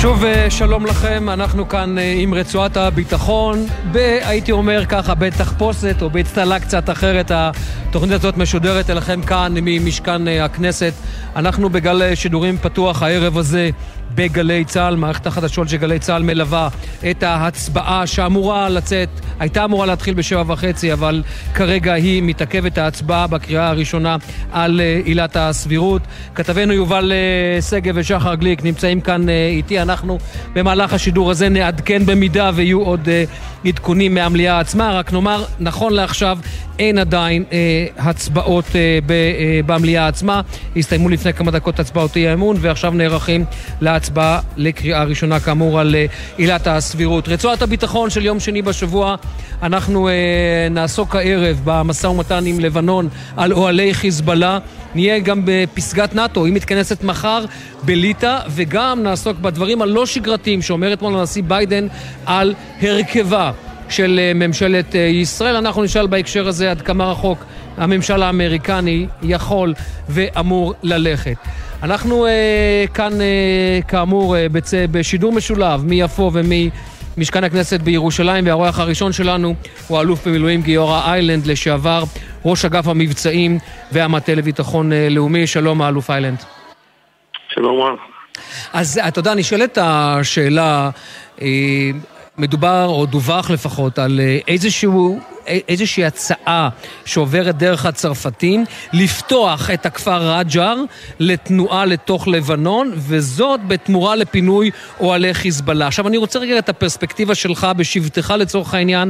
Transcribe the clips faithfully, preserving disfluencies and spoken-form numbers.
שוב שלום לכם, אנחנו כאן עם רצועת הביטחון, הייתי אומר ככה, בתחפושת או באצטלה קצת אחרת. התוכנית הזאת משודרת אליכם כאן ממשכן הכנסת. אנחנו בגל שידורים פתוח הערב הזה בגלי צהל, מערכת החדשות של גלי צהל מלווה את ההצבעה שאמורה לצאת, הייתה אמורה להתחיל בשבע וחצי, אבל כרגע היא מתעכבת, ההצבעה בקריאה הראשונה על עילת הסבירות. כתבנו יובל סגב ושחר גליק נמצאים כאן איתי. אנחנו במהלך השידור הזה נעדכן במידה ויהיו עוד עדכונים מהמליאה עצמה. רק נאמר, נכון לעכשיו אין עדיין אה, הצבעות אה, ב, אה, במליאה עצמה. הסתיימו לפני כמה דקות הצבעות אי האמון, ועכשיו נערכים להצבעה לקריאה ראשונה כאמור על אה, עילת הסבירות. רצועת הביטחון של יום שני בשבוע, אנחנו אה, נעסוק הערב במשא ומתן עם לבנון על אוהלי חיזבאללה. נהיה גם בפסגת נאטו, היא מתכנסת מחר בליטא, וגם נעסוק בדברים הלא שגרתיים שאומר אתמול הנשיא ביידן על הרכבה של ממשלת ישראל. אנחנו נשאל בהקשר הזה עד כמה רחוק הממשל האמריקני יכול ואמור ללכת. אנחנו אה, כאן אה, כאמור אה, בצ... בשידור משולב מיפו ומשכן הכנסת בירושלים, והאורח הראשון שלנו הוא האלוף במילואים גיורא איילנד, לשעבר ראש אגף המבצעים והמטה לביטחון אה, לאומי. שלום האלוף איילנד. שלום רב. אז אתה יודע, נשאלת השאלה, אה, מדובר או דווח לפחות על איזשהו, איזושהי הצעה שעוברת דרך הצרפתים לפתוח את הכפר רג'ר לתנועה לתוך לבנון, וזאת בתמורה לפינוי אוהלי חיזבאללה. עכשיו אני רוצה רגע את הפרספקטיבה שלך בשבתך לצורך העניין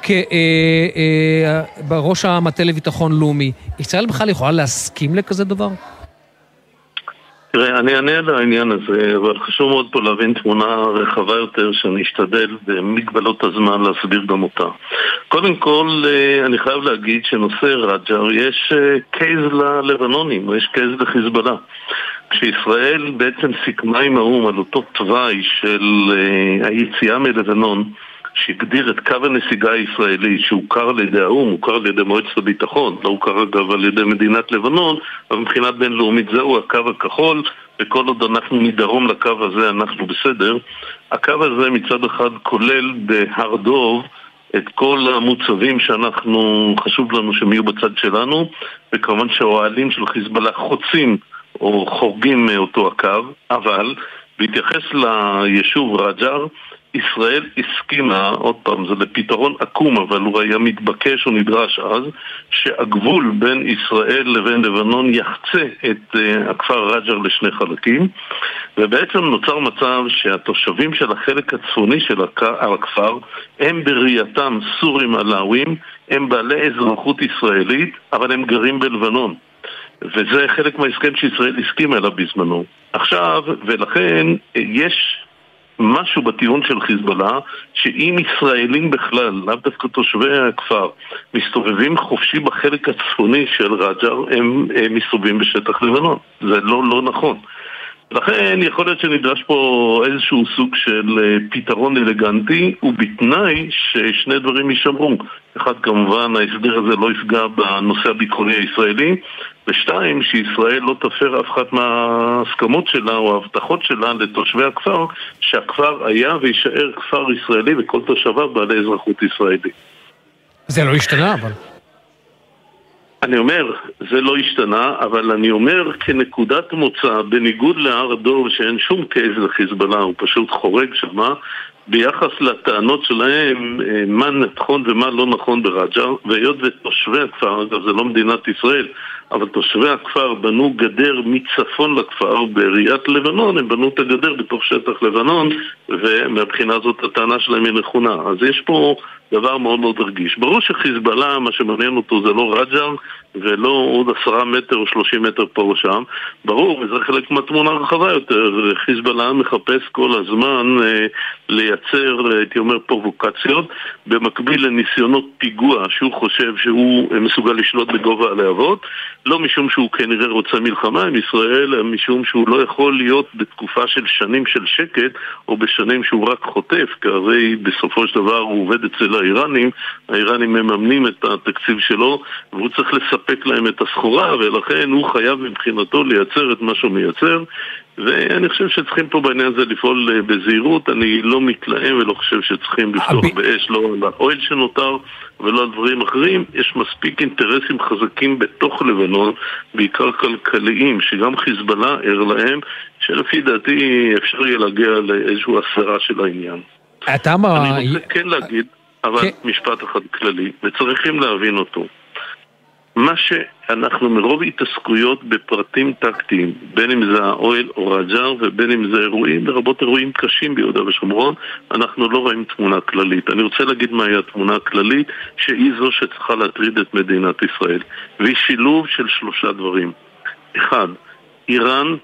כבראש המטה לביטחון לאומי. ישראל בכלל יכולה להסכים לכזה דבר? תראה, אני אענה על העניין הזה, אבל חשוב מאוד פה להבין תמונה רחבה יותר שאני אשתדל במגבלות הזמן להסביר גם אותה. קודם כל, אני חייב להגיד שנושא רג'ר יש קייז ללבנונים, יש קייז לחיזבאללה. כשישראל בעצם סיכמה עם האום על אותו תוואי של היציאה מלבנון, שהגדיר את קו הנסיגה הישראלי, שהוכר על ידי האום, הוכר על ידי מועצת הביטחון, לא הוכר אגב על ידי מדינת לבנון, אבל מבחינה בינלאומית זהו הקו הכחול, וכל עוד אנחנו מדרום לקו הזה אנחנו בסדר. הקו הזה מצד אחד כולל בהר דוב את כל המוצבים שאנחנו, חשוב לנו שהם יהיו בצד שלנו, וכמובן שהאוהלים של חיזבאללה חוצים או חורגים מאותו הקו, אבל בהתייחס ליישוב רג'ר, ישראל הסכימה, עוד פעם, זה לפתרון עקום, אבל הוא היה מתבקש או נדרש אז, שהגבול בין ישראל לבין לבנון יחצה את uh, הכפר רג'ר לשני חלקים, ובעצם נוצר מצב שהתושבים של החלק הצפוני של הכפר הם בראייתם סורים עלאווים, הם בעלי אזרחות ישראלית, אבל הם גרים בלבנון. וזה חלק מההסכם שישראל הסכימה אליו בזמנו. עכשיו, ולכן יש משהו בטיעון של חיזבאללה, שאם ישראלים בכלל, לאו דווקא תושבי הכפר, מסתובבים חופשי בחלק הצפוני של רג'ר, הם, הם מסתובבים בשטח לבנון. זה לא, לא נכון. לכן יכול להיות שנדרש פה איזשהו סוג של פתרון אלגנטי, ובתנאי ששני דברים יישמרו. אחד, כמובן, ההסדר הזה לא יפגע בנושא הביטחוני הישראלי, ושתיים, שישראל לא תפר אף אחת מההסכמות שלה או ההבטחות שלה לתושבי הכפר, שהכפר היה וישאר כפר ישראלי וכל תושביו בעלי אזרחות ישראלית. זה לא השתנה, אבל... אני אומר, זה לא השתנה, אבל אני אומר כנקודת מוצא, בניגוד להר דוב שאין שום קייס לחיזבאללה, הוא פשוט חורג שמה, ביחס לטענות שלהם מה נכון ומה לא נכון ברג'ר, והיות ותושבי הכפר, אגב זה לא מדינת ישראל, אבל תושבי הכפר בנו גדר מצפון לכפר בראיית לבנון, הם בנו את הגדר בתוך שטח לבנון, ומבחינה זאת הטענה שלהם היא נכונה. אז יש פה דבר מאוד מאוד רגיש. ברור שחיזבאללה, מה שמעניין אותו זה לא רג'ר, ולא עוד עשרה מטר או שלושים מטר פה או שם. ברור, וזה חלק מהתמונה רחבה יותר. חיזבאללה מחפש כל הזמן אה, לייצר, הייתי אומר, פרובוקציות, במקביל לניסיונות פיגוע שהוא חושב שהוא מסוגל לשלוט בגובה הלהבות, לא משום שהוא כנראה רוצה מלחמה עם ישראל, אלא משום שהוא לא יכול להיות בתקופה של שנים של שקט, או בשנים שהוא רק חוטף, כי הרי בסופו של דבר הוא עובד אצל של האיראנים, האיראנים מממנים את התקציב שלו, והוא צריך לספק להם את הסחורה, ולכן הוא חייב מבחינתו לייצר את מה שהוא מייצר, ואני חושב שצריכים פה בעניין הזה לפעול בזהירות. אני לא מתלהם ולא חושב שצריכים לפתוח באש, לא על האוהל שנותר ולא על דברים אחרים. יש מספיק אינטרסים חזקים בתוך לבנון, בעיקר כלכליים, שגם חיזבאללה ער להם, שלפי דעתי אפשר יהיה להגיע לאיזשהו הסרה של העניין. אני רוצה כן להגיד, אבל משפט אחד כללי, וצריכים להבין אותו. מה שאנחנו מרוב התעסקויות בפרטים טקטיים, בין אם זה האוהל או רג'ר ובין אם זה אירועים, לרבות אירועים קשים ביהודה ושומרון, אנחנו לא רואים תמונה כללית. אני רוצה להגיד מהי התמונה הכללית, שהיא זו שצריכה להטריד את מדינת ישראל, והיא שילוב של שלושה דברים. אחד, איראן,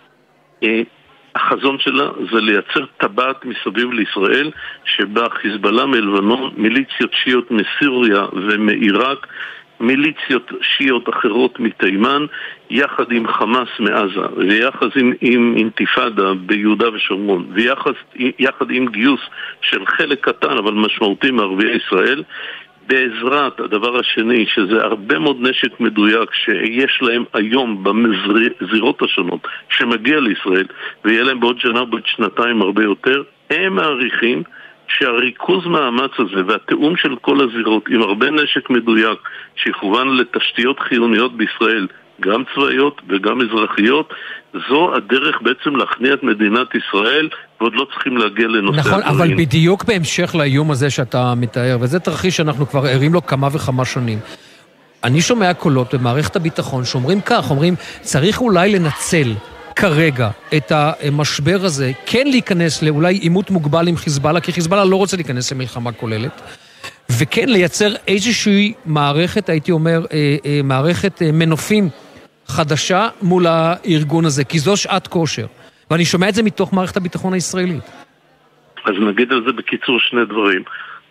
אה, החזון שלה זה לייצר טבעת מסביב לישראל, שבה חיזבאללה מלבנון, מיליציות שיעיות מסוריה ומעיראק, מיליציות שיעיות אחרות מתימן, יחד עם חמאס מעזה, ויחד עם, עם אינתיפאדה ביהודה ושומרון, ויחד עם גיוס של חלק קטן אבל משמעותי מערביי ישראל, בעזרת הדבר השני, שזה הרבה מאוד נשק מדויק שיש להם היום בזירות השונות, שמגיע לישראל, ויהיה להם בעוד שנה, בעוד שנתיים הרבה יותר, הם מעריכים שהריכוז מאמץ הזה והתאום של כל הזירות עם הרבה נשק מדויק שיכוון לתשתיות חיוניות בישראל, גם צבאיות וגם אזרחיות, זו הדרך בעצם להכניע את מדינת ישראל, ועוד לא צריכים להגיע לנושא נכון, הדברים. אבל בדיוק בהמשך לאיום הזה שאתה מתאר, וזה תרחיש שאנחנו כבר ערים לו כמה וכמה שנים. אני שומע קולות במערכת הביטחון שאומרים כך, אומרים, צריך אולי לנצל כרגע את המשבר הזה, כן להיכנס לאולי עימות מוגבל עם חיזבאללה, כי חיזבאללה לא רוצה להיכנס למלחמה כוללת, וכן לייצר איזושהי מערכת, הייתי אומר, מערכת מנופים חדשה מול הארגון הזה, כי זו שעת כושר. ואני שומע את זה מתוך מערכת הביטחון הישראלית. אז נגיד על זה בקיצור שני דברים.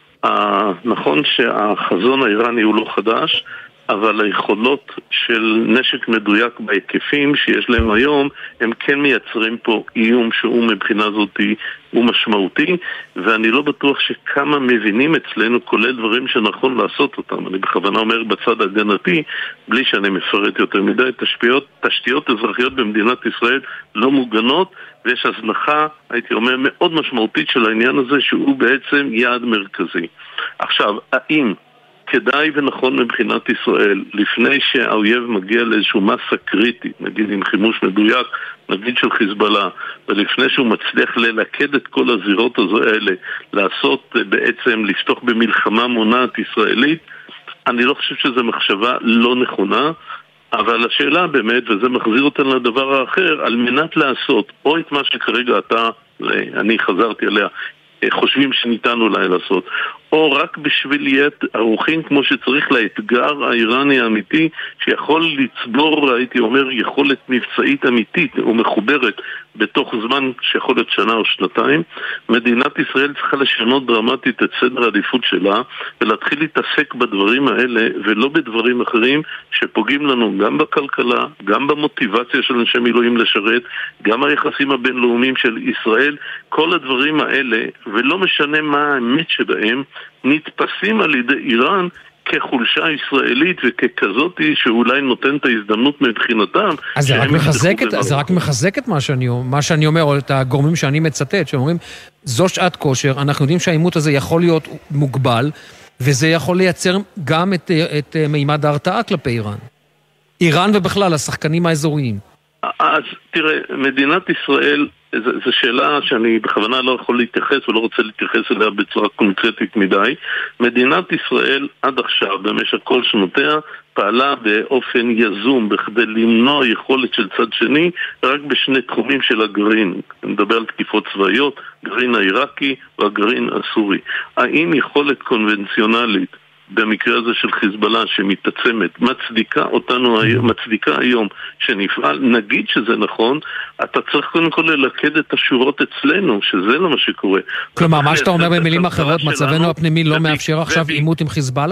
נכון שהחזון האיראני הוא לא חדש, אבל היכולות של נשק מדויק בהיקפים שיש להם היום, הם כן מייצרים פה איום שהוא מבחינה זאת הוא משמעותי, ואני לא בטוח שכמה מבינים אצלנו כולל דברים שנכון לעשות אותם. אני בכוונה אומר בצד הגנתי, בלי שאני מפרט יותר מדי, תשתיות, תשתיות אזרחיות במדינת ישראל לא מוגנות, ויש הזנחה, הייתי אומר, מאוד משמעותית של העניין הזה, שהוא בעצם יעד מרכזי. עכשיו, האם כדאי ונכון מבחינת ישראל, לפני שהאויב מגיע לאיזשהו מסה קריטי, נגיד עם חימוש מדויק, נגיד של חיזבאללה, ולפני שהוא מצליח ללכד את כל הזירות האלה, לעשות בעצם, לפתוח במלחמה מונעת ישראלית, אני לא חושב שזו מחשבה לא נכונה, אבל השאלה באמת, וזה מחזיר אותנו לדבר האחר, על מנת לעשות או את מה שכרגע אתה, אני חזרתי עליה, חושבים שניתן אולי לעשות, או רק בשביל להיות ערוכים כמו שצריך לאתגר האיראני האמיתי, שיכול לצבור, הייתי אומר, יכולת מבצעית אמיתית או מחוברת בתוך זמן שיכול להיות שנה או שנתיים. מדינת ישראל צריכה לשנות דרמטית את סדר העדיפות שלה, ולהתחיל להתעסק בדברים האלה, ולא בדברים אחרים שפוגעים לנו גם בכלכלה, גם במוטיבציה של אנשי מילואים לשרת, גם היחסים הבינלאומיים של ישראל, כל הדברים האלה, ולא משנה מה האמת שבהם, נתפסים על ידי איראן כחולשה ישראלית וככזאת שאולי נותן את ההזדמנות מבחינתם. אז זה רק מחזק את, זה רק מחזק את מה שאני, מה שאני אומר, או את הגורמים שאני מצטט, שאומרים, זו שעת כושר, אנחנו יודעים שהעימות הזה יכול להיות מוגבל, וזה יכול לייצר גם את, את מימד ההרתעה כלפי איראן. איראן ובכלל, השחקנים האזוריים. אז תראה, מדינת ישראל, זו שאלה שאני בכוונה לא יכול להתייחס ולא רוצה להתייחס אליה בצורה קונקרטית מדי. מדינת ישראל עד עכשיו, במשך כל שנותיה, פעלה באופן יזום בכדי למנוע יכולת של צד שני רק בשני תחומים של הגרעין. אני מדבר על תקיפות צבאיות, גרעין העיראקי והגרעין הסורי. האם יכולת קונבנציונלית במקרה הזה של חיזבאללה שמתעצמת, מצדיקה אותנו, מצדיקה היום שנפעל, נגיד שזה נכון, אתה צריך קודם כל ללכד את השורות אצלנו, שזה לא מה שקורה. כלומר, מה שאתה אומר במילים אחרות, מצבנו הפנימי לא מאפשר עכשיו עימות עם חיזבאללה?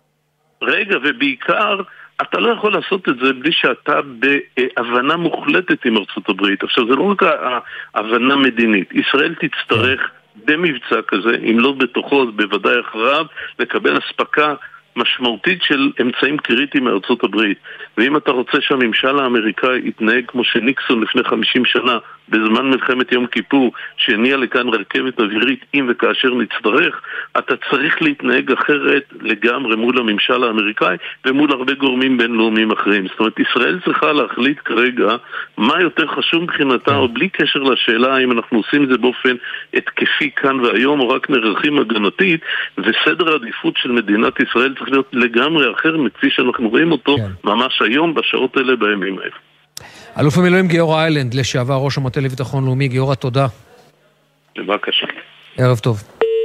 רגע, ובעיקר, אתה לא יכול לעשות את זה בלי שאתה בהבנה מוחלטת עם ארצות הברית. עכשיו, זה לא רק הבנה מדינית. ישראל תצטרך במבצע כזה, אם לא בתוכו, אז בוודאי אחריו, לקבל הספקה משמעותית של אמצעים קריטיים מארצות הברית. ואם אתה רוצה שהממשל האמריקאי יתנהג כמו שניקסון לפני חמישים שנה, בזמן מלחמת יום כיפור, שהניע לכאן רכבת אווירית אם וכאשר נצטרך, אתה צריך להתנהג אחרת לגמרי מול הממשל האמריקאי ומול הרבה גורמים בינלאומיים אחרים. זאת אומרת, ישראל צריכה להחליט כרגע מה יותר חשוב מבחינתה, או בלי קשר לשאלה האם אנחנו עושים את זה באופן התקפי כאן והיום, או רק נערכים הגנתית, וסדר העדיפות של מדינת ישראל צריך להיות לגמרי אחר מכפי שאנחנו רואים אותו ממש היום, בשעות האלה, בימים האלה. אלוף המילואים גיורא איילנד, לשעבר ראש המטה לביטחון לאומי. גיורא, תודה. בבקשה. ערב טוב.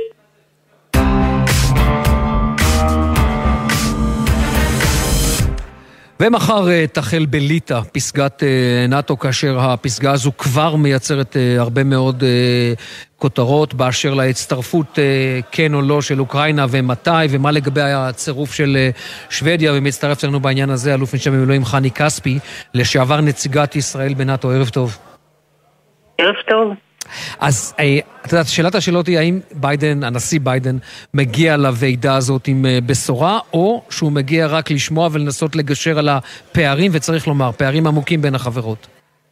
ומחר תחל בליטא פסגת נאטו, כאשר הפסגה הזו כבר מייצרת הרבה מאוד כותרות באשר להצטרפות כן או לא של אוקראינה ומתי, ומה לגבי הצירוף של שוודיה. ומצטרף לנו בעניין הזה אלוף משנה במילואים חני כספי, לשעבר נציגת ישראל בנאטו. ערב טוב. ערב טוב. אז את יודעת, שאלת השאלות היא האם ביידן, הנשיא ביידן, מגיע לוועידה הזאת עם בשורה, או שהוא מגיע רק לשמוע ולנסות לגשר על הפערים, וצריך לומר, פערים עמוקים בין החברות.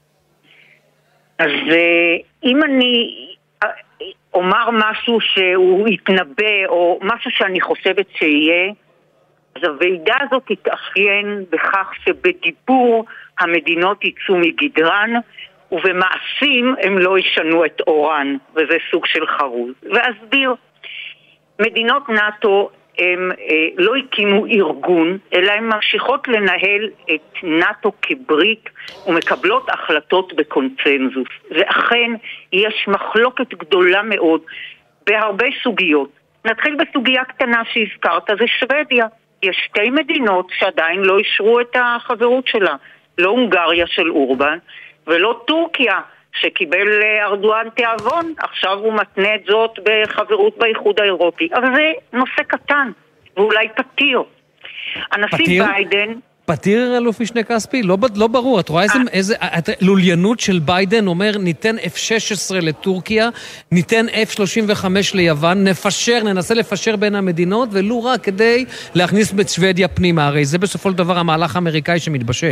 אז אם אני אומר משהו שהוא יתנבא, או משהו שאני חושבת שיהיה, אז הוועידה הזאת תתאפיין בכך שבדיבור המדינות יצאו מגדרן, ובמעשים הם לא ישנו את אורן, וזה סוג של חרוז. ואסביר, מדינות נאטו הם אה, לא הקימו ארגון, אלא הן ממשיכות לנהל את נאטו כברית ומקבלות החלטות בקונצנזוס. ואכן יש מחלוקת גדולה מאוד בהרבה סוגיות. נתחיל בסוגיה קטנה שהזכרת, זה שוודיה. יש שתי מדינות שעדיין לא אישרו את החברות שלה, לא הונגריה של אורבן, ולא טורקיה, שקיבל ארדואן תיאבון, עכשיו הוא מתנה את זאת בחברות באיחוד האירופי. אבל זה נושא קטן, ואולי פתיר. הנשיא פתיר? ביידן... פתיר אלוף משנה כספי? לא, לא ברור. את רואה איזה, איזה לוליינות של ביידן אומר, ניתן אף שש עשרה לטורקיה, ניתן אף שלושים וחמש ליוון, נפשר, ננסה לפשר בין המדינות, ולו רק כדי להכניס את שוודיה פנימה. הרי זה בסופו של דבר המהלך האמריקאי שמתבשל.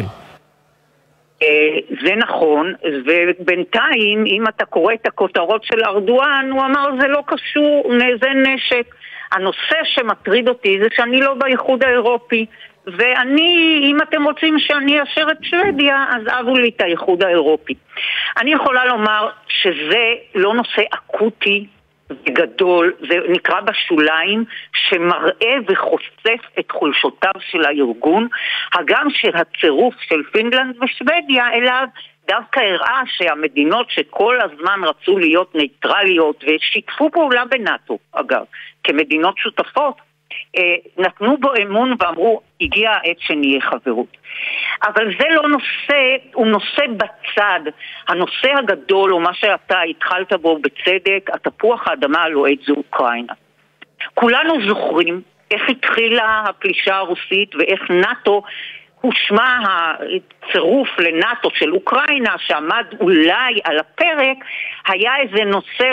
זה נכון, ובינתיים אם אתה קורא את הכותרות של ארדואן, הוא אמר זה לא קשור, זה נשק. הנושא שמטריד אותי זה שאני לא באיחוד האירופי, ואני, אם אתם רוצים שאני אאשר את שוודיה, אז אבו לי את האיחוד האירופי. אני יכולה לומר שזה לא נושא אקוטי גדול, זה נקרא בשוליים, שמראה וחושף את חולשותיו של הארגון, הגם שהצירוף של פינלנד ושוודיה אליו דווקא הראה שהמדינות שכל הזמן רצו להיות ניטרליות ושיתפו פעולה בנאטו, אגב, כמדינות שותפות, נתנו בו אמון ואמרו, הגיע העת שנהיה חברות. אבל זה לא נושא, הוא נושא בצד. הנושא הגדול, או מה שאתה התחלת בו בצדק, התפוח האדמה הלוהט זה אוקראינה. כולנו זוכרים איך התחילה הפלישה הרוסית ואיך נאטו הושמע הצירוף לנאטו של אוקראינה שעמד אולי על הפרק, היה איזה נושא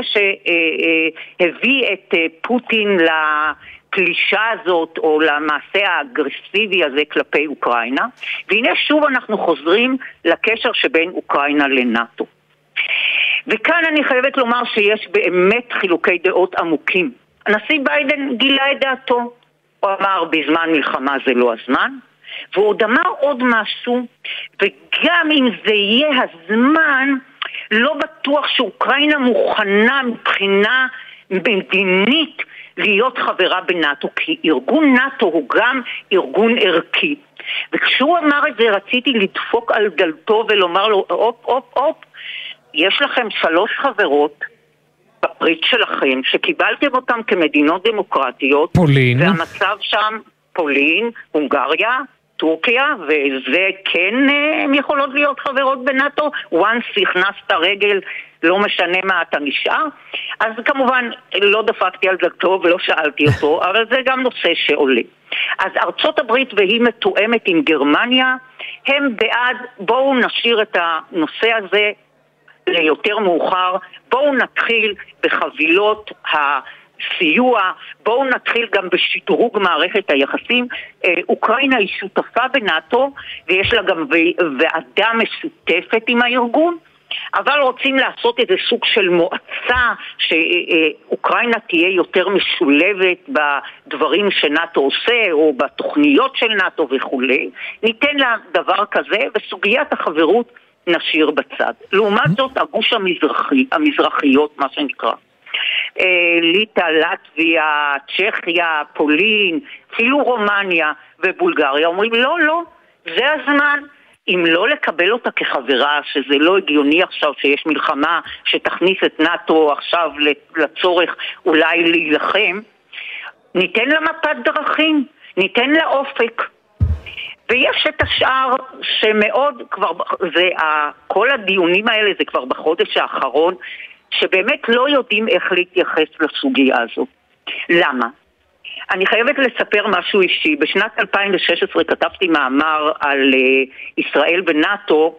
שהביא את פוטין לפלישה הזאת או למעשה האגרסיבי הזה כלפי אוקראינה, והנה שוב אנחנו חוזרים לקשר שבין אוקראינה לנאטו. וכאן אני חייבת לומר שיש באמת חילוקי דעות עמוקים. הנשיא ביידן גילה את דעתו, הוא אמר בזמן מלחמה זה לא הזמן, והוא עוד אמר עוד משהו, וגם אם זה יהיה הזמן, לא בטוח שאוקראינה מוכנה מבחינה מדינית להיות חברה בנאטו, כי ארגון נאטו הוא גם ארגון ערכי. וכשהוא אמר את זה רציתי לדפוק על דלתו ולומר לו, אופ, אופ, אופ, יש לכם שלוש חברות בברית שלכם, שקיבלתם אותם כמדינות דמוקרטיות, פולין. והמצב שם, פולין, הונגריה, טורקיה, וזה כן הם יכולות להיות חברות בנאטו, once הכנסת רגל, לא משנה מה אתה נשאר. אז כמובן לא דפקתי על דלתו ולא שאלתי אותו, אבל זה גם נושא שעולה. אז ארצות הברית והיא מתואמת עם גרמניה, הם בעד, בואו נשאיר את הנושא הזה ליותר מאוחר. בואו נתחיל בחבילות הסיוע, בואו נתחיל גם בשדרוג מערכת היחסים. אוקראינה היא שותפה בנאטו, ויש לה גם ועדה משותפת עם הארגון, אבל רוצים לעשות איזה סוג של מועצה שאוקראינה תהיה יותר משולבת בדברים שנאטו עושה או בתוכניות של נאטו וכו'. ניתן לה דבר כזה, וסוגיית החברות נשאיר בצד. לעומת זאת, הגוש המזרחי, המזרחיות, מה שנקרא, ליטא, לטביה, צ'כיה, פולין, אפילו רומניה ובולגריה, אומרים לא, לא, זה הזמן. אם לא לקבל אותה כחברה, שזה לא הגיוני עכשיו שיש מלחמה שתכניס את נאטו עכשיו לצורך אולי להילחם, ניתן לה מפת דרכים, ניתן לה אופק. ויש את השאר שמאוד כבר, זה, כל הדיונים האלה זה כבר בחודש האחרון, שבאמת לא יודעים איך להתייחס לסוגיה הזו. למה? אני חייבת לספר משהו אישי. בשנת אלפיים ושש עשרה כתבתי מאמר על uh, ישראל ונאטו,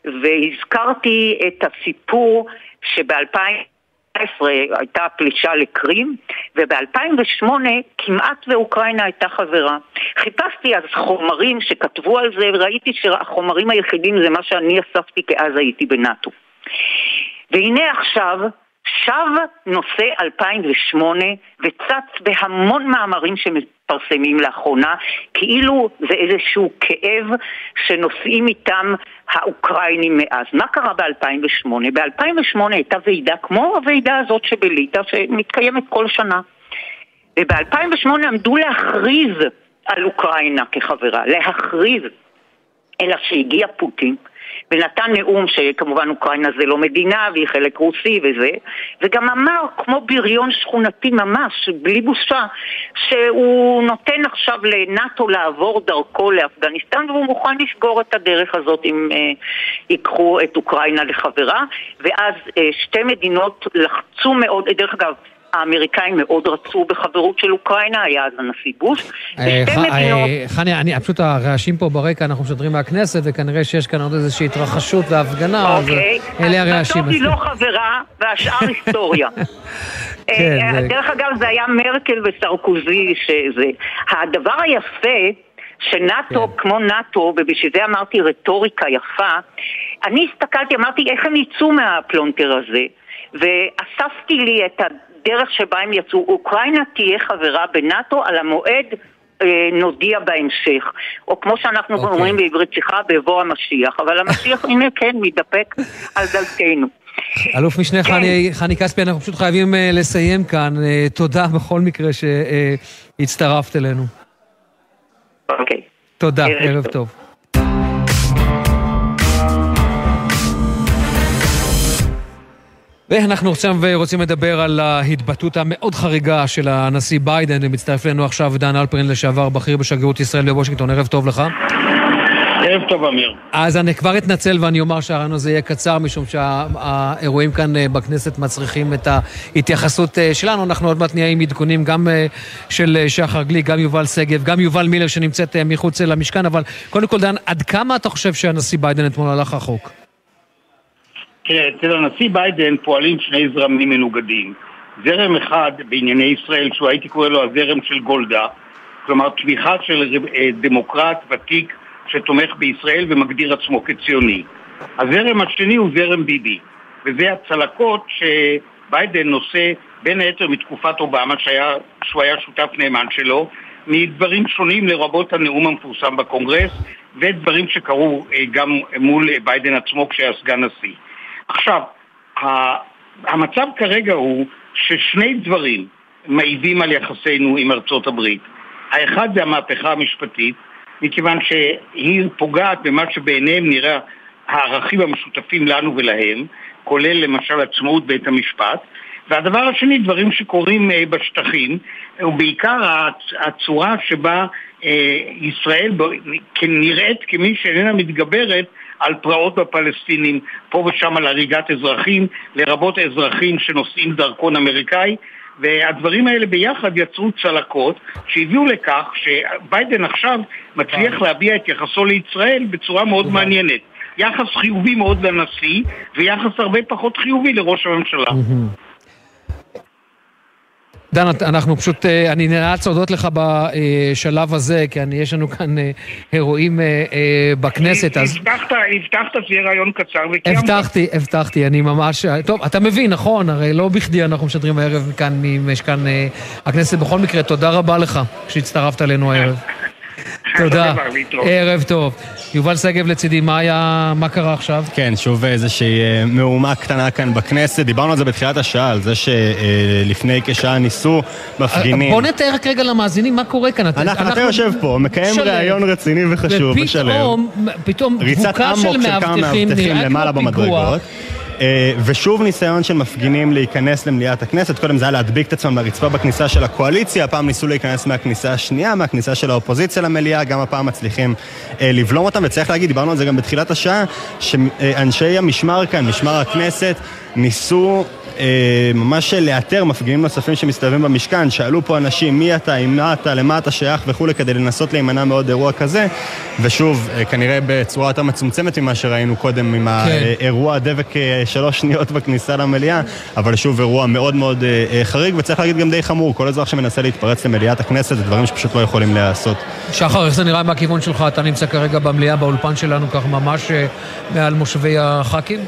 והזכרתי את הסיפור שב-אלפיים ועשרה הייתה פלישה לקרים, וב-אלפיים ושמונה כמעט ואוקראינה הייתה חברה. חיפשתי אז חומרים שכתבו על זה, וראיתי שהחומרים היחידים זה מה שאני אספתי כי אז הייתי בנאטו. והנה עכשיו שב נושא אלפיים ושמונה וצץ בהמון מאמרים שמתפרסמים לאחרונה, כאילו זה איזשהו כאב שנושאים איתם האוקראינים מאז. מה קרה ב-אלפיים ושמונה? ב-אלפיים ושמונה הייתה ועידה כמו הוועידה הזאת שבליטא שמתקיימת כל שנה, וב-אלפיים ושמונה עמדו להכריז על אוקראינה כחברה, להכריז, אלא שהגיע פוטין ונתן נאום שכמובן אוקראינה זה לא מדינה והיא חלק רוסי וזה, וגם אמר כמו בריון שכונתי ממש בלי בושה שהוא נותן עכשיו לנאטו לעבור דרכו לאפגניסטן, והוא מוכן לסגור את הדרך הזאת אם אה, ייקחו את אוקראינה לחברה. ואז אה, שתי מדינות לחצו מאוד, דרך אגב האמריקאים מאוד רצו בחברות של אוקראינה, היה אז הנשיא בוש. חני, אני פשוט הרעשים פה ברקע, אנחנו משדרים מהכנסת, וכנראה שיש כאן עוד איזושהי התרחשות והפגנה, אז אלה הרעשים. בסוף היא לא חברה, והשאר היסטוריה. דרך אגב, זה היה מרקל וסרקוזי, שזה. הדבר היפה, שנאטו, כמו נאטו, ובשביל זה אמרתי רטוריקה יפה, אני הסתכלתי, אמרתי, איך הם יצאו מהפלונטר הזה, ואספתי לי את ה... דרך שבה הם יצאו. אוקראינה תהיה חברה בנאטו, על המועד אה, נודיע בהמשך, או כמו שאנחנו okay. אומרים בעברית שיחה, בבוא המשיח, אבל המשיח הנה כן מתדפק על דלתנו. אלוף משנה כן. חני, חני כספי, אנחנו פשוט חייבים uh, לסיים כאן. Uh, תודה בכל מקרה שהצטרפת אלינו. אוקיי. Okay. תודה, ערב, ערב טוב. טוב. ואנחנו עכשיו רוצים לדבר על ההתבטאות המאוד חריגה של הנשיא ביידן, ומצטרף לנו עכשיו דן אלפרין, לשעבר בכיר בשגרירות ישראל בוושינגטון. ערב טוב לך. ערב טוב, אמיר. אז אני כבר אתנצל ואני אומר שהרעיון הזה יהיה קצר, משום שהאירועים כאן בכנסת מצריכים את ההתייחסות שלנו. אנחנו עוד מעט נהיה עם עדכונים גם של שחר גליק, גם יובל סגב, גם יובל מילר שנמצאת מחוץ למשכן, אבל קודם כל דן, עד כמה אתה חושב שהנשיא ביידן אתמול הלך רחוק? תראה, אצל הנשיא ביידן פועלים שני זרמים מנוגדים. זרם אחד בענייני ישראל, שהוא הייתי קורא לו הזרם של גולדה, כלומר תמיכה של דמוקרט ותיק שתומך בישראל ומגדיר עצמו כציוני. הזרם השני הוא זרם ביבי, וזה הצלקות שביידן נושא בין היתר מתקופת אובמה, שהיה, שהוא היה שותף נאמן שלו, מדברים שונים לרבות הנאום המפורסם בקונגרס, ודברים שקרו גם מול ביידן עצמו כשהיה סגן נשיא. עכשיו, המצב כרגע הוא ששני דברים מעידים על יחסינו עם ארצות הברית. האחד זה המהפכה המשפטית, מכיוון שהיא פוגעת במה שבעיניהם נראה הערכים המשותפים לנו ולהם, כולל למשל עצמאות בית המשפט. והדבר השני, דברים שקורים בשטחים, ובעיקר הצורה שבה ישראל נראית כמי שאיננה מתגברת על פרעות בפלסטינים, פה ושם על הריגת אזרחים, לרבות האזרחים שנושאים דרכון אמריקאי, והדברים האלה ביחד יצרו צלקות שהביאו לכך שביידן עכשיו מצליח להביע את יחסו לישראל בצורה מאוד מעניינת. יחס חיובי מאוד לנשיא, ויחס הרבה פחות חיובי לראש הממשלה. דן, אנחנו פשוט, אני נאלץ להודות לך בשלב הזה, כי יש לנו כאן אירועים בכנסת. הבטחת שיהיה רעיון קצר וקיימת. הבטחתי, הבטחתי, אני ממש... טוב, אתה מבין, נכון, הרי לא בכדי אנחנו משדרים הערב כאן ממשכן הכנסת. בכל מקרה, תודה רבה לך שהצטרפת אלינו הערב. תודה, ערב טוב. יובל שגב לצידי, מה היה, מה קרה עכשיו? כן, שוב איזושהי מהומה קטנה כאן בכנסת. דיברנו על זה בתחילת השעה, על זה שלפני כשעה ניסו מפגינים. בוא נתאר רק רגע למאזינים, מה קורה כאן? אתה יושב פה, מקיים ראיון רציני וחשוב ושלם. ופתאום ריצת אמוק של כמה מאבטחים למעלה במדרגות. ושוב ניסיון של מפגינים להיכנס למליאת הכנסת. קודם זה היה להדביק את עצמם לרצפה בכניסה של הקואליציה, הפעם ניסו להיכנס מהכניסה השנייה, מהכניסה של האופוזיציה למליאה, גם הפעם מצליחים לבלום אותם. וצריך להגיד, דיברנו על זה גם בתחילת השעה, שאנשי המשמר כאן, משמר הכנסת, ניסו ממש לאתר מפגינים נוספים שמסתובבים במשכן. שאלו פה אנשים מי אתה, עם מה אתה, למה אתה שייך וכו', כדי לנסות להימנע מאוד אירוע כזה. ושוב, כנראה בצורה יותר מצומצמת ממה שראינו קודם עם האירוע הדבק שלוש שניות בכניסה למליאה, אבל שוב אירוע מאוד מאוד חריג, וצריך להגיד גם די חמור. כל אזרח שמנסה להתפרץ למליאת הכנסת, זה דברים שפשוט לא יכולים לעשות. שחר, איך זה נראה מהכיוון שלך? אתה נמצא כרגע במליאה, באולפן שלנו, כך ממש מעל מושבי הח"כים?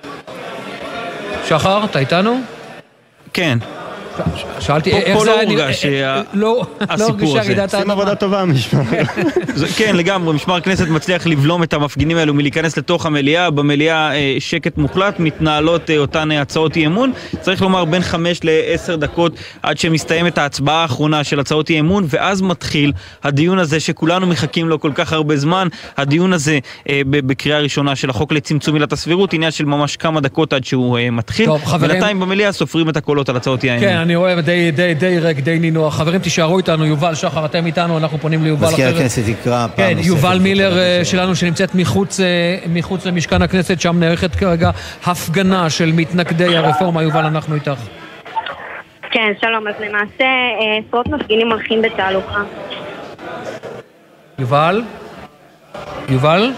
שחר, אתה איתנו? כן. שאלתי, איך זה היה... לא הרגשה רעידת האדמה. עושים עבודה טובה, משמר. כן, לגמרי. משמר הכנסת מצליח לבלום את המפגינים האלו מלהיכנס לתוך המליאה. במליאה שקט מוחלט, מתנהלות אותן הצעות אי אמון. צריך לומר בין חמש לעשר דקות עד שמסתיימת ההצבעה האחרונה של הצעות אי אמון, ואז מתחיל הדיון הזה שכולנו מחכים לו כל כך הרבה זמן. הדיון הזה בקריאה ראשונה של החוק לצמצום עילת הסבירות, עניין של ממש כמה דקות עד שהוא מתחיל. בינתיים במליאה סופרים את הקולות על הצעות אי אמון. אני רואה די, די, די ריק, די נינוח. חברים, תישארו איתנו, יובל, שחר, אתם איתנו, אנחנו פונים ליובל אחרת. מזכיר הכנסת יקרא פעם כן, יובל מילר שלנו שנמצאת מחוץ, מחוץ למשכן הכנסת, שם נערכת כרגע הפגנה של מתנגדי הרפורמה. יובל, אנחנו איתך. כן, שלום, אז למעשה עשרות מפגינים הולכים בתהלוכה. יובל? יובל?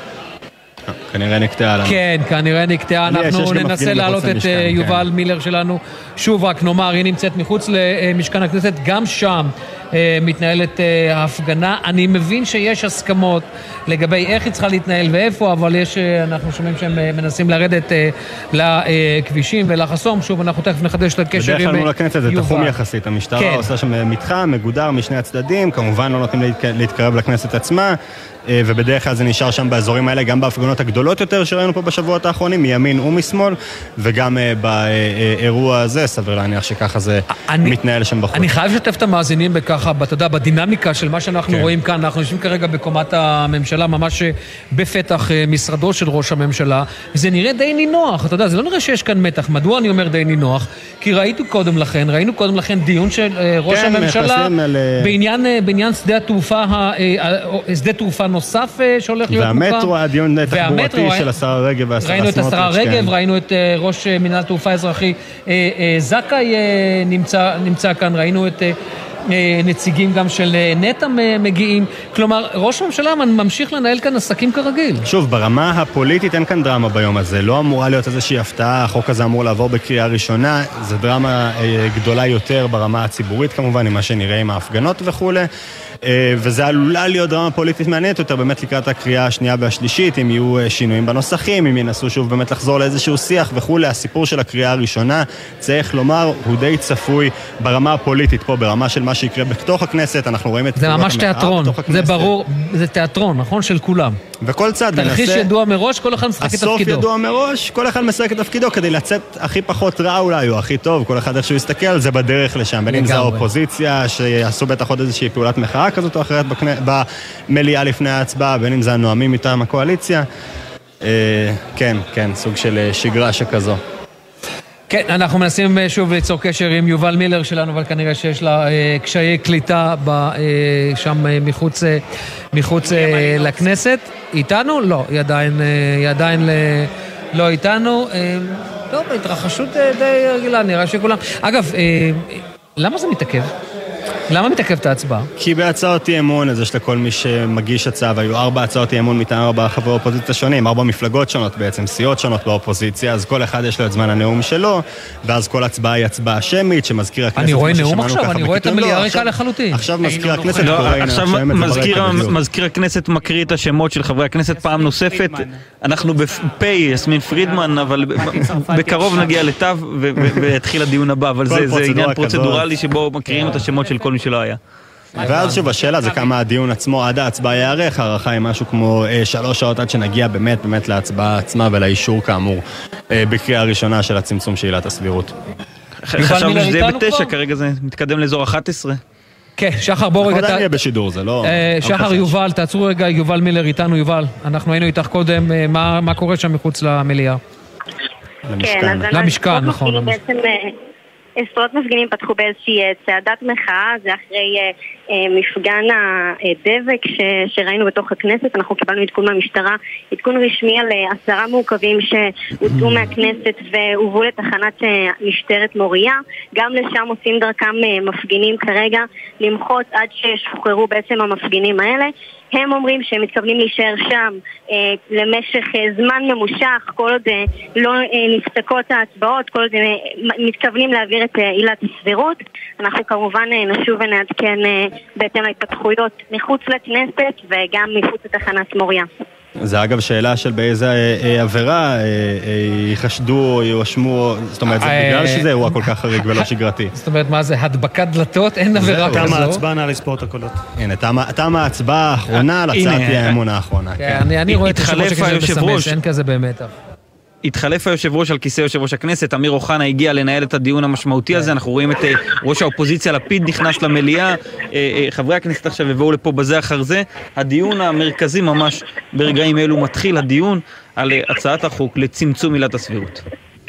כנראה נקטעה לנו. כן, כנראה נקטעה. אנחנו ננסה להעלות את יובל מילר שלנו. שוב רק נאמר, היא נמצאת מחוץ למשכן הכנסת, גם שם מתנהלת ההפגנה. אני מבין שיש הסכמות לגבי איך היא צריכה להתנהל ואיפה, אבל יש, אנחנו שומעים שהם מנסים לרדת לכבישים ולחסום. שוב, אנחנו תכף נחדש את הקשר עם יובל. בדרך כלל מול הכנסת זה תחום יחסית. המשטרה עושה שם מתחם, מגודר משני הצדדים, כמובן לא נותנים להתקרב לכנסת עצמה, ובדרך כלל זה נשאר שם באזורים האלה, גם בהפגנות הגדולות יותר שראינו פה בשבועות האחרונים, מימין ומשמאל, וגם באירוע הזה, סביר להניח שככה זה מתנהל שם בחוץ. אני חייב לשתף את המאזינים בככה, אתה יודע, בדינמיקה של מה שאנחנו רואים כאן. אנחנו יושבים כרגע בקומת הממשלה, ממש בפתח משרדו של ראש הממשלה, וזה נראה די נינוח, אתה יודע, זה לא נראה שיש כאן מתח. מדוע אני אומר די נינוח? כי ראיתי קודם לכן, ראינו קודם לכן דיון של ראש הממשלה בעניין שדה התעופה, שדה תעופה נוסף שהולך להיות מוקם. והמטרו, הדיון תחבורתי של השרה רגב והשרה ראינו את השרה רגב, ראינו את ראש מינהל תעופה אזרחי זכאי נמצא כאן, ראינו את נציגים גם של נטע מגיעים. כלומר, ראש הממשלה ממשיך לנהל כאן עסקים כרגיל. שוב, ברמה הפוליטית אין כאן דרמה ביום הזה. לא אמורה להיות איזושהי הפתעה. החוק הזה אמור לעבור בקריאה ראשונה. זו דרמה גדולה יותר ברמה הציבורית, כמובן, עם מה שנראה עם ההפגנות וכו'. וזה עלולה להיות דרמה פוליטית מעניינת יותר באמת לקראת הקריאה השנייה והשלישית, אם יהיו שינויים בנוסחים, אם ינסו שוב באמת לחזור לאיזשהו שיח וכו'. הסיפור של הקריאה הראשונה, צריך לומר, הוא די צפוי ברמה הפוליטית פה, ברמה של מה שיקרה בתוך הכנסת. אנחנו רואים את זה ממש תיאטרון, זה ברור, זה תיאטרון, נכון? של כולם. וכל צד מנסה... תרחיש ידוע מראש, כל אחד משחק את תפקידו. הסוף ידוע מראש, כל אחד משחק את תפקידו כדי לצאת הכי פחות רע אולי, או הכי טוב, כל אחד איכשהו יסתכל על זה בדרך לשם. בין אם זה האופוזיציה, שיעשו בטח עוד איזושהי פעולת מחאה כזאת או אחרת במליאה לפני ההצבעה, בין אם זה הנואמים מטעם הקואליציה. כן, כן, סוג של שגרה שכזו. כן, אנחנו מנסים שוב ליצור קשר עם יובל מילר שלנו, אבל כנראה שיש לה קשיי קליטה שם מחוץ, מחוץ לכנסת. איתנו? לא, היא עדיין, היא עדיין לא איתנו. טוב, התרחשות די רגילה, נראה שכולם. אגב, למה זה מתעכב? למה מתעכבת ההצבעה? כי בהצעות אי אמון, אז יש לכל מי שמגיש הצעה, והיו ארבע הצעות אי אמון מטעם ארבע חברי אופוזיציה שונים, ארבע מפלגות שונות בעצם, סיעות שונות באופוזיציה, אז כל אחד יש לו את זמן הנאום שלו, ואז כל הצבעה היא הצבעה שמית, שמזכיר הכנסת... אני רואה נאום עכשיו, אני רואה את המליאה ריקה לחלוטין. עכשיו מזכיר הכנסת עכשיו מזכיר הכנסת מקריא את השמות של חברי הכנסת פעם נוספת. אנחנו בפ' יסמין פרידמן, אבל בקרוב נגיע לתו והתחיל הדיון הבא, אבל זה עניין פרוצדורלי שבו מקריאים את השמות של כל מי שלא היה. ואז שוב, השאלה זה כמה הדיון עצמו עד ההצבעה יערך, הערכה היא משהו כמו שלוש שעות עד שנגיע באמת באמת להצבעה עצמה ולאישור כאמור בקריאה הראשונה של הצמצום של עילת הסבירות. חשבנו שזה יהיה בתשע, כרגע זה מתקדם לאזור אחת עשרה. כן, שחר בוא רגע... אנחנו עדיין נהיה בשידור, זה לא... שחר, יובל, תעצרו רגע, יובל מילר איתנו, יובל. אנחנו היינו איתך קודם, מה קורה שם מחוץ למליאה? למשכן. למשכן, נכון. עשרות מפגינים פתחו באיזושהי צעדת מחאה, זה אחרי מפגן הדבק שראינו בתוך הכנסת. אנחנו קיבלנו עדכון מהמשטרה, עדכון רשמי על עשרה מעוכבים שהוצאו מהכנסת והובאו לתחנת משטרת מוריה. גם לשם עושים דרכם מפגינים כרגע למחות עד ששוחררו בעצם המפגינים האלה. הם אומרים שהם מתכוונים להישאר שם אה, למשך אה, זמן ממושך, כל עוד אה, לא אה, נפסקות ההצבעות, כל עוד אה, מתכוונים להעביר את אה, עילת הסבירות. אנחנו כמובן אה, נשוב ונעדכן אה, בהתאם להתפתחויות מחוץ לכנסת וגם מחוץ לתחנת מוריה. זה אגב שאלה של באיזה אה, עבירה אה, אה, יחשדו, יואשמו, זאת אומרת, זה בגלל שזה אירוע כל כך חריג ולא שגרתי. זאת אומרת, מה זה, הדבקת דלתות? אין עבירה כזו. תמה ההצבעה, נא לספור את הקולות. הנה, תמה ההצבעה האחרונה על הצעת האמון האחרונה. אני רואה את יושב-ראש הכנסת מסמס, אין כזה באמת. התחלף היושב ראש על כיסא יושב ראש הכנסת, אמיר אוחנה הגיע לנהל את הדיון המשמעותי הזה, אנחנו רואים את ראש האופוזיציה לפיד נכנס למליאה, חברי הכנסת עכשיו יבואו לפה בזה אחר זה, הדיון המרכזי ממש ברגעים אלו מתחיל, הדיון על הצעת החוק לצמצום עילת הסבירות.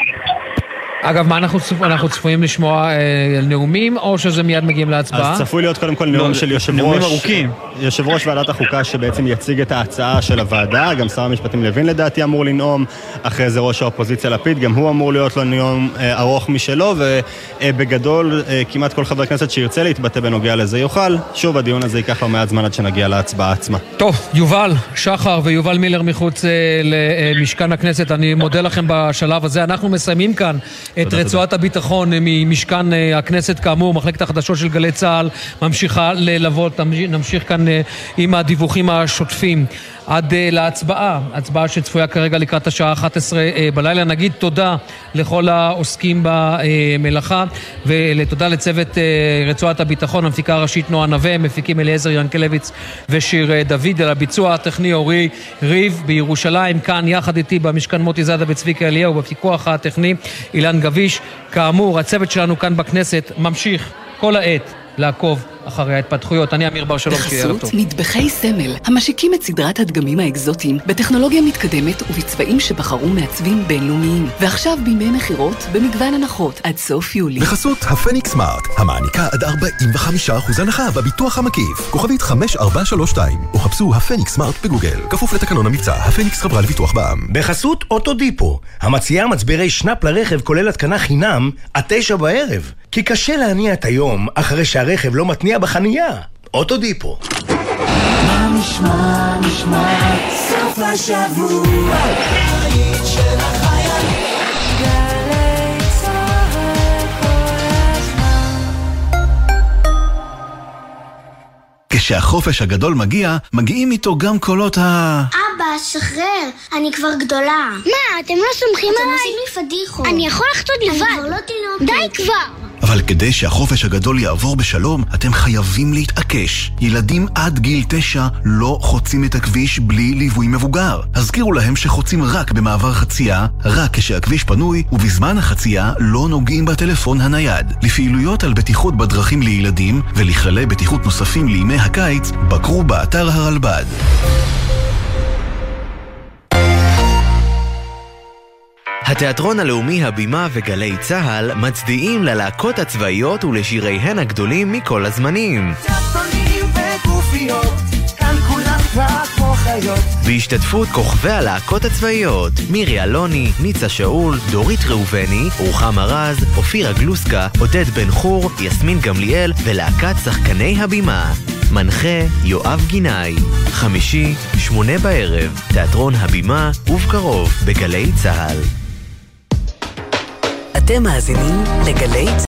אגב, מה אנחנו, אנחנו צפויים לשמוע אה, נאומים, או שזה מיד מגיעים להצבעה? אז צפוי להיות קודם כל נאום לא, של יושב נאומים ראש, ארוכים. יושב ראש ועדת החוקה שבעצם יציג את ההצעה של הוועדה, גם שר המשפטים לוין לדעתי אמור לנאום, אחרי זה ראש האופוזיציה לפיד, גם הוא אמור להיות לו נאום אה, ארוך משלו, ובגדול אה, כמעט כל חבר כנסת שירצה להתבטא בנוגע לזה יוכל. שוב, הדיון הזה ייקח לו מעט זמן עד שנגיע להצבעה עצמה. טוב, יובל, שחר ויובל מילר מחוץ אה, למשכן הכנסת, אני מודה לכם בשלב הזה. אנחנו מסיימים כאן את רצועת הביטחון ממשכן הכנסת, כאמור, מחלקת החדשות של גלי צהל ממשיכה ללוות, נמשיך כאן עם הדיווחים השוטפים עד להצבעה, הצבעה שצפויה כרגע לקראת השעה אחת עשרה בלילה. נגיד תודה לכל העוסקים במלאכה, ולתודה לצוות רצועת הביטחון, המפיקה הראשית נועה נווה, מפיקים אליעזר ינקלביץ ושיר דוד, על הביצוע הטכני אורי ריב בירושלים, כאן יחד איתי במשכן מוטי זאדה וצביקה אליהו, בפיקוח הטכני אילן גביש. כאמור, הצוות שלנו כאן בכנסת ממשיך כל העת לעקוב אחרי ההתפתחויות. אני אמיר בר שלום, שיהיה טוב. בחסות מטבחי סמל, המשיקים את סדרת הדגמים האקזוטיים בטכנולוגיה מתקדמת ובצבעים שבחרו מעצבים בינלאומיים. ועכשיו בימי מחירות במגוון הנחות עד סוף יולי. בחסות הפניקס סמארט, המעניקה עד ארבעים וחמישה אחוז הנחה בביטוח המקיף. כוכבית חמש ארבע שלוש שתיים, או חפשו הפניקס סמארט בגוגל. כפוף לתקנון המבצע, הפניקס חברה לביטוח בע"מ. בחסות אוטודיפו, המציעה מצברי שנאפ לרכב כולל התקנה חינם עד תשע בערב. כי קשה להניע את היום אחרי שהרכב לא מתניע בחנייה. אוטודיפו. מה נשמע, נשמע, סוף השבוע, היית של החייל, גלי צהל כל הזמן. כשהחופש הגדול מגיע, מגיעים איתו גם קולות ה... אבא, שחרר, אני כבר גדולה. מה, אתם לא סומכים עליי? אתם עושים לי פדיחות. אני יכול לחצות לבד. אני כבר לא תינוקת. די כבר. אבל כדי שהחופש הגדול יעבור בשלום, אתם חייבים להתעקש. ילדים עד גיל תשע לא חוצים את הכביש בלי ליווי מבוגר. הזכירו להם שחוצים רק במעבר חצייה, רק כשהכביש פנוי, ובזמן החצייה לא נוגעים בטלפון הנייד. לפעילויות על בטיחות בדרכים לילדים ולכללי בטיחות נוספים לימי הקיץ, בקרו באתר הרלב"ד. התיאטרון הלאומי, הבימה וגלי צהל מצדיעים ללהקות הצבאיות ולשיריהן הגדולים מכל הזמנים. צפונים וגופיות, כאן כולם כבר כמו חיות. בהשתתפות כוכבי הלהקות הצבאיות מירי אלוני, ניצה שאול, דורית ראובני, רוחמה רז, אופירה גלוסקה, עודד בן חור, יסמין גמליאל ולהקת שחקני הבימה. מנחה יואב גינאי. חמישי, שמונה בערב, תיאטרון הבימה ובקרוב בגלי צהל. אתם מאזינים לגלי